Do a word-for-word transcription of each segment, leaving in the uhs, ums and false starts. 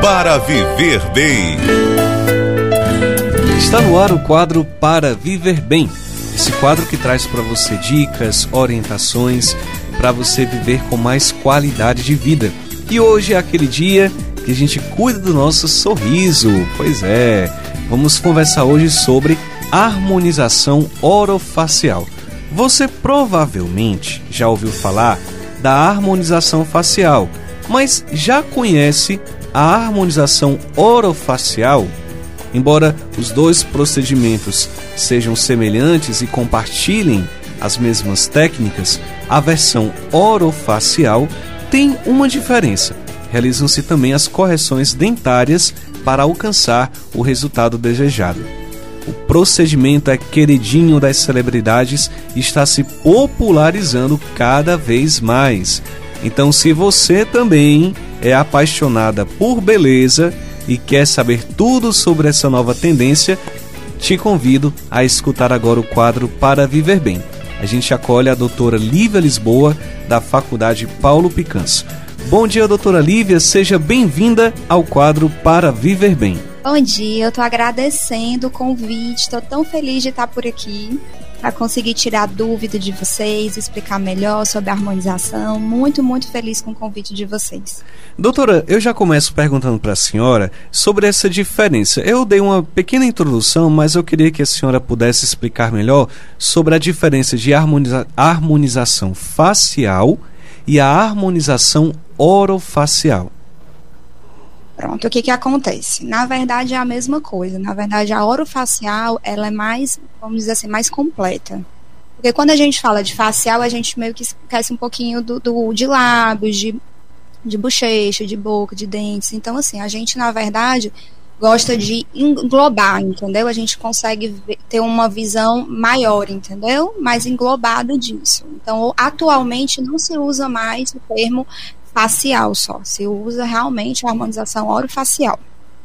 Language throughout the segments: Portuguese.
para viver bem. Está no ar o quadro Para Viver Bem. Esse quadro que traz para você dicas, orientações para você viver com mais qualidade de vida. E hoje é aquele dia que a gente cuida do nosso sorriso. Pois é, vamos conversar hoje sobre harmonização orofacial. Você provavelmente já ouviu falar da harmonização facial, mas já conhece a harmonização orofacial? Embora os dois procedimentos sejam semelhantes e compartilhem as mesmas técnicas, a versão orofacial tem uma diferença. Realizam-se também as correções dentárias para alcançar o resultado desejado. O procedimento é queridinho das celebridades e está se popularizando cada vez mais. Então, se você também é apaixonada por beleza e quer saber tudo sobre essa nova tendência, te convido a escutar agora o quadro Para Viver Bem. A gente acolhe a doutora Lívia Lisboa, da Faculdade Paulo Picanço. Bom dia, doutora Lívia, seja bem-vinda ao quadro Para Viver Bem. Bom dia, eu estou agradecendo o convite, estou tão feliz de estar por aqui para conseguir tirar dúvida de vocês, explicar melhor sobre a harmonização. Muito, muito feliz com o convite de vocês. Doutora, eu já começo perguntando para a senhora sobre essa diferença. Eu dei uma pequena introdução, mas eu queria que a senhora pudesse explicar melhor sobre a diferença de harmoniza- harmonização facial e a harmonização orofacial. Pronto, o que que acontece? Na verdade é a mesma coisa. Na verdade a orofacial, ela é mais, vamos dizer assim, mais completa. Porque quando a gente fala de facial, a gente meio que esquece um pouquinho do, do, de lábios, de, de bochecha, de boca, de dentes. Então assim, a gente na verdade gosta de englobar, entendeu? A gente consegue ter uma visão maior, entendeu? Mais englobada disso. Então atualmente não se usa mais o termo facial só, se usa realmente a harmonização orofacial.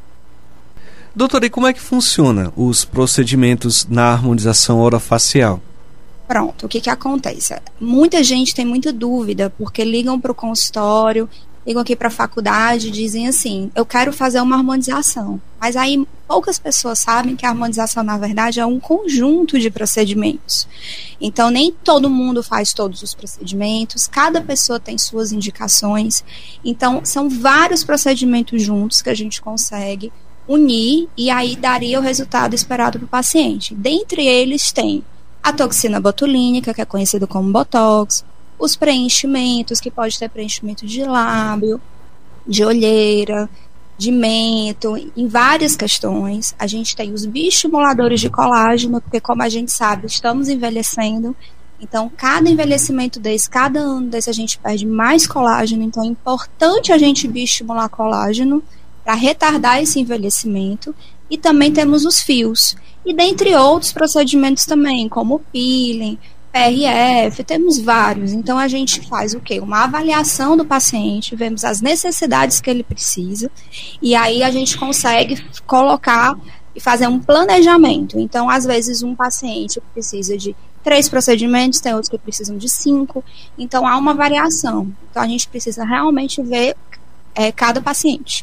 Doutora, e como é que funciona os procedimentos na harmonização orofacial? Pronto, o que que acontece? Muita gente tem muita dúvida, porque ligam para o consultório, ligam aqui para a faculdade e dizem assim, eu quero fazer uma harmonização. Mas aí poucas pessoas sabem que a harmonização, na verdade, é um conjunto de procedimentos. Então, nem todo mundo faz todos os procedimentos, cada pessoa tem suas indicações. Então, são vários procedimentos juntos que a gente consegue unir e aí daria o resultado esperado para o paciente. Dentre eles tem a toxina botulínica, que é conhecida como Botox, os preenchimentos, que pode ter preenchimento de lábio, de olheira, de mento, em várias questões. A gente tem os bioestimuladores de colágeno, porque como a gente sabe, estamos envelhecendo, então cada envelhecimento desse, cada ano desse a gente perde mais colágeno, então é importante a gente bioestimular colágeno para retardar esse envelhecimento. E também temos os fios, e dentre outros procedimentos também, como o peeling, P R F, temos vários. Então a gente faz o quê? Uma avaliação do paciente, vemos as necessidades que ele precisa e aí a gente consegue colocar e fazer um planejamento. Então às vezes um paciente precisa de três procedimentos, tem outros que precisam de cinco, então há uma variação. Então a gente precisa realmente ver é, cada paciente.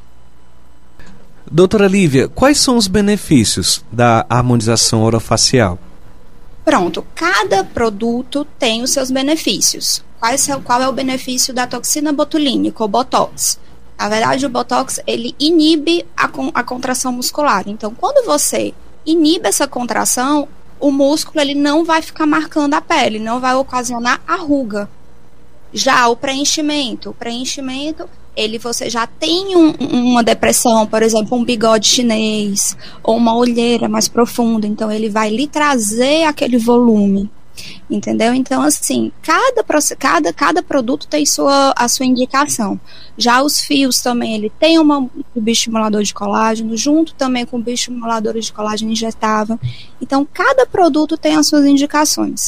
Doutora Lívia, quais são os benefícios da harmonização orofacial? Pronto, cada produto tem os seus benefícios. Qual é, qual é o benefício da toxina botulínica, ou Botox? Na verdade, o Botox, ele inibe a, a contração muscular. Então, quando você inibe essa contração, o músculo ele não vai ficar marcando a pele, não vai ocasionar a ruga. Já o preenchimento, o preenchimento, ele você já tem um, uma depressão, por exemplo, um bigode chinês ou uma olheira mais profunda, então ele vai lhe trazer aquele volume, entendeu? Então assim, cada, cada, cada produto tem sua, a sua indicação. Já os fios também, ele tem uma, um bioestimulador de colágeno, junto também com bioestimuladores de colágeno injetável, então cada produto tem as suas indicações.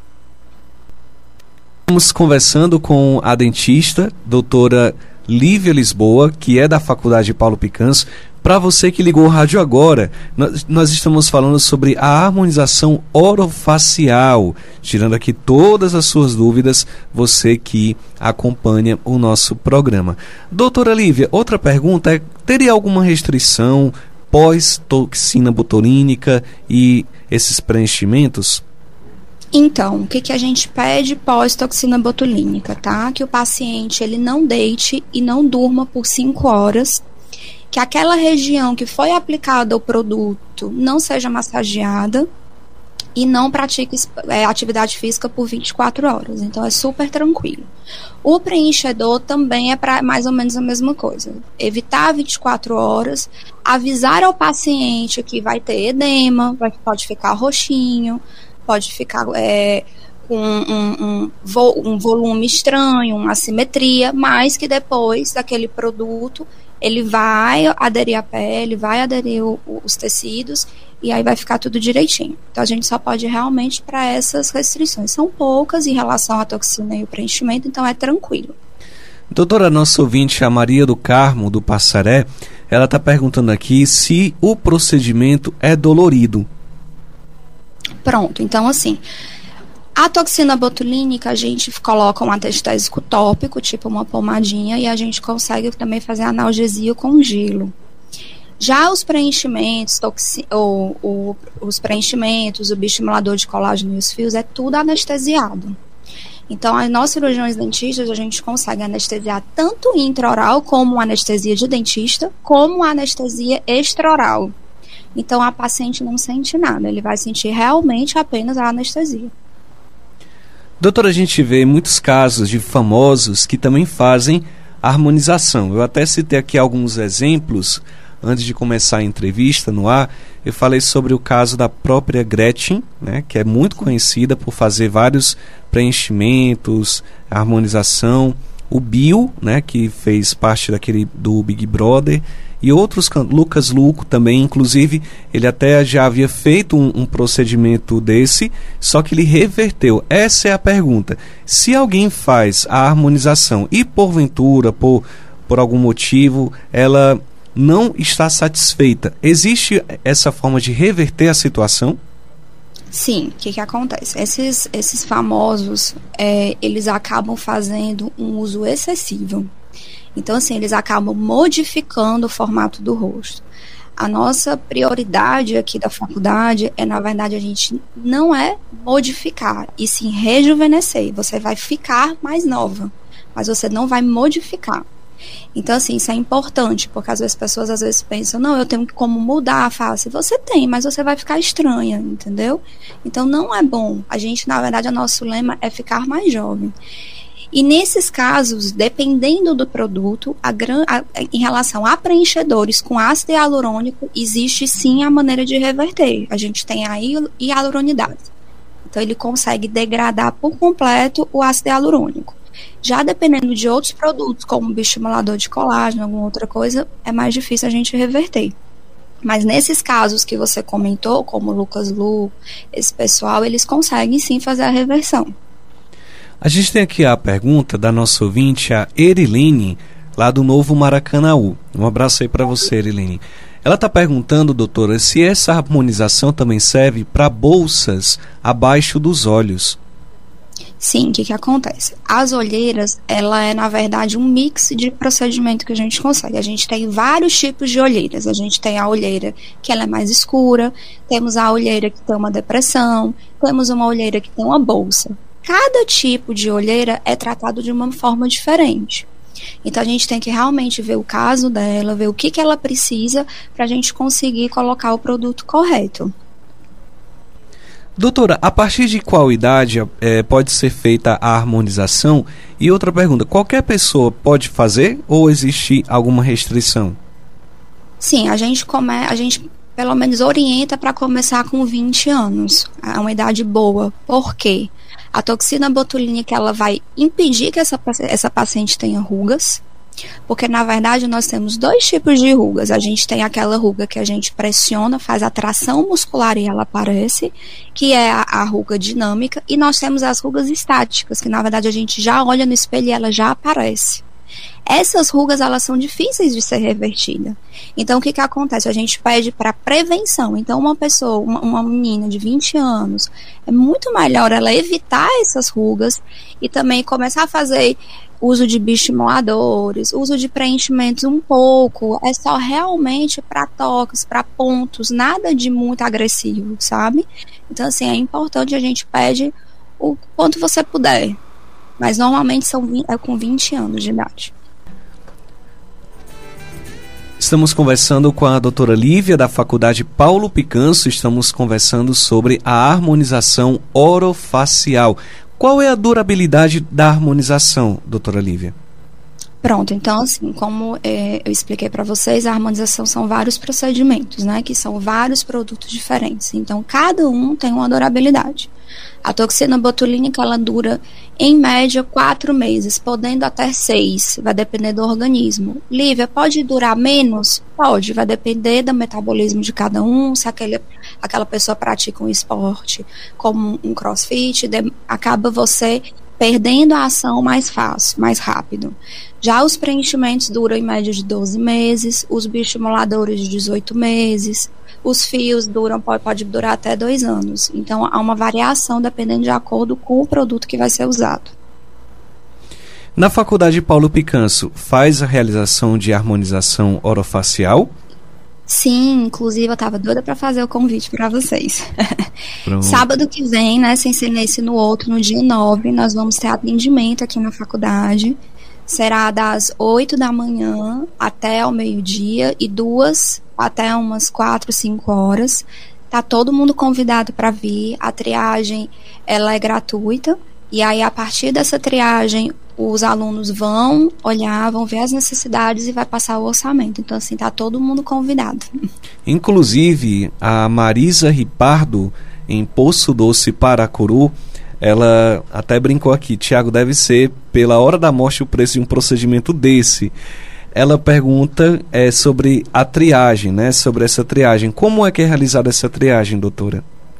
Estamos conversando com a dentista, doutora Lívia Lisboa, que é da Faculdade Paulo Picanço. Para você que ligou o rádio agora, nós, nós estamos falando sobre a harmonização orofacial, tirando aqui todas as suas dúvidas, você que acompanha o nosso programa. Doutora Lívia, outra pergunta é teria alguma restrição pós-toxina botulínica e esses preenchimentos? Então, o que, que a gente pede pós-toxina botulínica, tá? Que o paciente ele não deite e não durma por cinco horas, que aquela região que foi aplicada o produto não seja massageada e não pratique é, atividade física por vinte e quatro horas. Então, é super tranquilo. O preenchedor também é para mais ou menos a mesma coisa. Evitar vinte e quatro horas, avisar ao paciente que vai ter edema, vai, pode ficar roxinho, pode ficar é, com um, um, um volume estranho, uma assimetria, mas que depois daquele produto ele vai aderir à pele, vai aderir o, os tecidos e aí vai ficar tudo direitinho. Então a gente só pode realmente para essas restrições. São poucas em relação à toxina e o preenchimento, então é tranquilo. Doutora, nossa ouvinte, a Maria do Carmo, do Passaré, ela está perguntando aqui se o procedimento é dolorido. Pronto, então assim, a toxina botulínica a gente coloca um anestésico tópico, tipo uma pomadinha, e a gente consegue também fazer analgesia com gelo. Já os preenchimentos, toxi, ou, ou, os preenchimentos, o bioestimulador de colágeno e os fios, é tudo anestesiado. Então, nós cirurgiões dentistas, a gente consegue anestesiar tanto intraoral, como anestesia de dentista, como anestesia extraoral. Então, a paciente não sente nada, ele vai sentir realmente apenas a anestesia. Doutora, a gente vê muitos casos de famosos que também fazem harmonização. Eu até citei aqui alguns exemplos, antes de começar a entrevista no ar. Eu falei sobre o caso da própria Gretchen, né, que é muito conhecida por fazer vários preenchimentos, harmonização. O Bill, né, que fez parte daquele do Big Brother, e outros, Lucas Luco também, inclusive ele até já havia feito um, um procedimento desse, só que ele reverteu. Essa é a pergunta: se alguém faz a harmonização e porventura, por, por algum motivo, ela não está satisfeita, existe essa forma de reverter a situação? Sim, o que que acontece? Esses, esses famosos, é, eles acabam fazendo um uso excessivo. Então, assim, eles acabam modificando o formato do rosto. A nossa prioridade aqui da faculdade é, na verdade, a gente não é modificar, e sim rejuvenescer. Você vai ficar mais nova, mas você não vai modificar. Então, assim, isso é importante, porque às vezes as pessoas às vezes pensam, não, eu tenho como mudar a face. Você tem, mas você vai ficar estranha, entendeu? Então, não é bom. A gente, na verdade, o nosso lema é ficar mais jovem. E nesses casos, dependendo do produto, a gran, a, em relação a preenchedores com ácido hialurônico, existe sim a maneira de reverter. A gente tem a hialuronidase. Então, ele consegue degradar por completo o ácido hialurônico. Já dependendo de outros produtos, como bioestimulador de colágeno, alguma outra coisa, é mais difícil a gente reverter. Mas nesses casos que você comentou, como o Lucas Lu, esse pessoal, eles conseguem sim fazer a reversão. A gente tem aqui a pergunta da nossa ouvinte, a Erilene, lá do Novo Maracanaú. Um abraço aí para você, Erilene. Ela está perguntando, doutora, se essa harmonização também serve para bolsas abaixo dos olhos. Sim, o que que acontece? As olheiras, ela é, na verdade, um mix de procedimento que a gente consegue. A gente tem vários tipos de olheiras. A gente tem a olheira que ela é mais escura, temos a olheira que tem uma depressão, temos uma olheira que tem uma bolsa. Cada tipo de olheira é tratado de uma forma diferente. Então, a gente tem que realmente ver o caso dela, ver o que que ela precisa para a gente conseguir colocar o produto correto. Doutora, a partir de qual idade é, pode ser feita a harmonização? E outra pergunta, qualquer pessoa pode fazer ou existe alguma restrição? Sim, a gente, come, a gente pelo menos orienta para começar com vinte anos. É uma idade boa. Por quê? A toxina botulínica ela vai impedir que essa, essa paciente tenha rugas. Porque, na verdade, nós temos dois tipos de rugas. A gente tem aquela ruga que a gente pressiona, faz a tração muscular e ela aparece, que é a, a ruga dinâmica. E nós temos as rugas estáticas, que, na verdade, a gente já olha no espelho e ela já aparece. essas rugas, elas são difíceis de ser revertidas. Então, o que que acontece? A gente pede para prevenção. Então, uma pessoa, uma, uma menina de vinte anos, é muito melhor ela evitar essas rugas e também começar a fazer uso de bioestimuladores, uso de preenchimentos um pouco, é só realmente para toques, para pontos, nada de muito agressivo, sabe? Então, assim, é importante, a gente pede o quanto você puder, mas normalmente são vinte, é com vinte anos de idade. Estamos conversando com a doutora Lívia, da Faculdade Paulo Picanso. Estamos conversando sobre a harmonização orofacial. Qual é a durabilidade da harmonização, doutora Lívia? Pronto, então assim, como é, eu expliquei para vocês, a harmonização são vários procedimentos, né, que são vários produtos diferentes. Então, cada um tem uma durabilidade. A toxina botulínica, ela dura, em média, quatro meses, podendo até seis, vai depender do organismo. Lívia, pode durar menos? Pode, vai depender do metabolismo de cada um, se aquele, aquela pessoa pratica um esporte, como um crossfit, de, acaba você perdendo a ação mais fácil, mais rápido. Já os preenchimentos duram em média de doze meses, os bioestimuladores de dezoito meses, os fios duram, pode, pode durar até dois anos. Então, há uma variação dependendo de acordo com o produto que vai ser usado. Na Faculdade Paulo Picanso, faz a realização de harmonização orofacial? Sim, inclusive eu estava doida para fazer o convite para vocês. Sábado que vem, né, sem ser nesse no outro, no dia nove, nós vamos ter atendimento aqui na faculdade. Será das oito da manhã até ao meio-dia e duas até umas quatro, cinco horas. Tá todo mundo convidado para vir. A triagem, ela é gratuita. E aí, a partir dessa triagem, os alunos vão olhar, vão ver as necessidades e vai passar o orçamento. Então, assim, tá todo mundo convidado. Inclusive, a Marisa Ripardo, em Poço Doce, Paracuru, ela até brincou aqui, Tiago, deve ser pela hora da morte o preço de um procedimento desse. Ela pergunta é, sobre a triagem, né? Sobre essa triagem. Como é que é realizada essa triagem, doutora?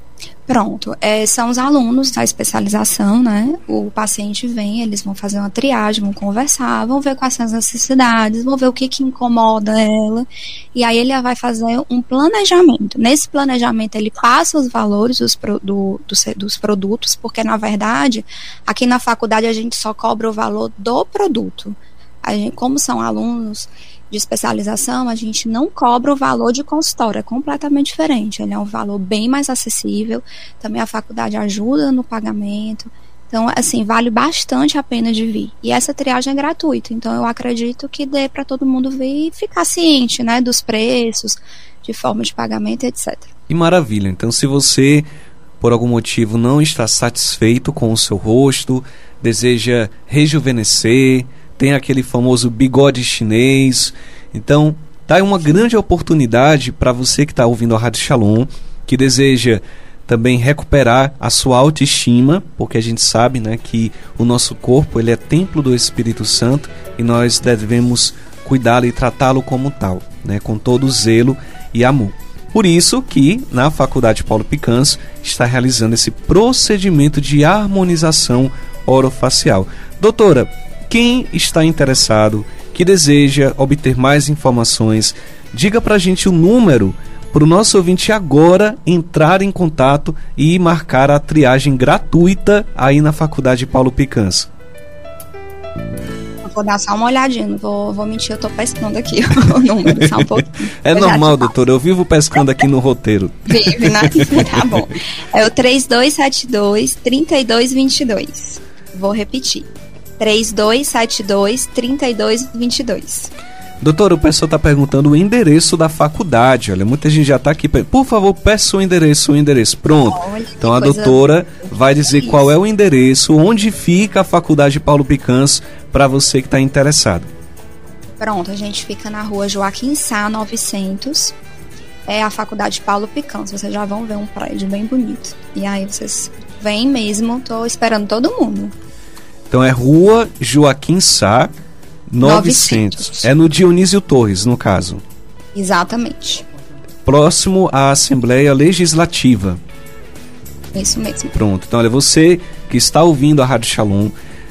Pronto, é, são os alunos da especialização, né? O paciente vem, eles vão fazer uma triagem, vão conversar, vão ver quais são as necessidades, vão ver o que que incomoda ela, e aí ele vai fazer um planejamento. Nesse planejamento ele passa os valores dos, do, do, dos produtos, porque na verdade, aqui na faculdade a gente só cobra o valor do produto. A gente, como são alunos de especialização, a gente não cobra o valor de consultório, é completamente diferente, ele é um valor bem mais acessível, também a faculdade ajuda no pagamento, então, assim, vale bastante a pena de vir, e essa triagem é gratuita, então eu acredito que dê para todo mundo vir e ficar ciente, né, dos preços, de forma de pagamento, etcétera. Que maravilha, então se você, por algum motivo, não está satisfeito com o seu rosto, deseja rejuvenescer, tem aquele famoso bigode chinês. Então, tá aí uma grande oportunidade para você que está ouvindo a Rádio Shalom, que deseja também recuperar a sua autoestima, porque a gente sabe, né, que o nosso corpo ele é templo do Espírito Santo e nós devemos cuidá-lo e tratá-lo como tal, né, com todo zelo e amor. Por isso que na Faculdade Paulo Picanso está realizando esse procedimento de harmonização orofacial. Doutora, quem está interessado, que deseja obter mais informações, diga pra gente o número para o nosso ouvinte agora entrar em contato e marcar a triagem gratuita aí na Faculdade Paulo Picanso. Eu vou dar só uma olhadinha, não vou, vou mentir, eu tô pescando aqui o número, só um pouquinho. É eu normal, doutor, eu vivo pescando aqui no roteiro. Vive, né? Tá bom. É o três dois sete dois, três dois dois dois. Vou repetir. três dois sete dois, três dois dois dois. Doutor, o pessoal está perguntando o endereço da faculdade. Olha, muita gente já está aqui. Por favor, peça o endereço, o endereço. Pronto. Olha, então a doutora vai dizer isso. Qual é o endereço, onde fica a Faculdade Paulo Picanso, para você que está interessado. Pronto, a gente fica na rua Joaquim Sá, novecentos. É a Faculdade Paulo Picanso. Vocês já vão ver um prédio bem bonito. E aí vocês vêm mesmo, tô esperando todo mundo. Então é Rua Joaquim Sá, novecentos. novecentos. É no Dionísio Torres, no caso. Exatamente. Próximo à Assembleia Legislativa. Isso mesmo. Pronto. Então, olha, você que está ouvindo a Rádio Shalom,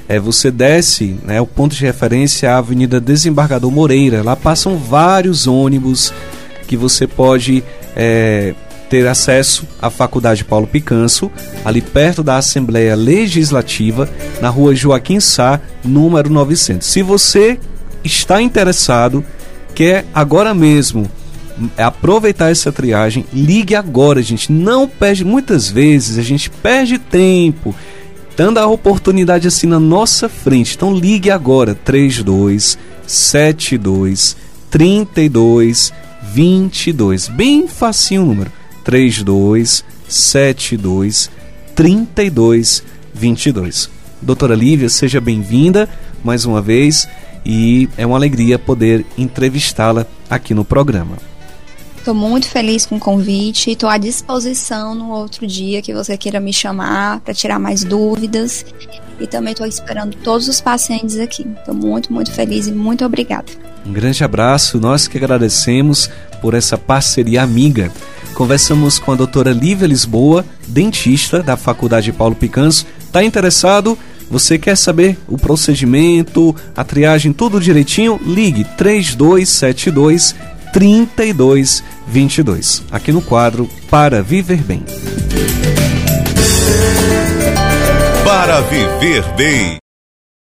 É, você desce, né, o ponto de referência é a Avenida Desembargador Moreira. Lá passam vários ônibus que você pode é, ter acesso à Faculdade Paulo Picanço, ali perto da Assembleia Legislativa, na rua Joaquim Sá, número novecentos. Se você está interessado, quer agora mesmo aproveitar essa triagem, ligue agora, gente. Não perde, muitas vezes a gente perde tempo dando a oportunidade assim na nossa frente. Então ligue agora, três dois sete dois, três dois, dois dois. Bem facinho o número, três dois sete dois, três dois, dois dois. Doutora Lívia, seja bem-vinda mais uma vez e é uma alegria poder entrevistá-la aqui no programa. Estou muito feliz com o convite, estou à disposição no outro dia que você queira me chamar para tirar mais dúvidas e também estou esperando todos os pacientes aqui. Estou muito, muito feliz e muito obrigada. Um grande abraço, nós que agradecemos por essa parceria amiga. Conversamos com a doutora Lívia Lisboa, dentista da Faculdade Paulo Picanço. Está interessado? Você quer saber o procedimento, a triagem, tudo direitinho? Ligue três dois sete dois, três dois, dois dois, aqui no quadro Para Viver Bem. Para Viver Bem.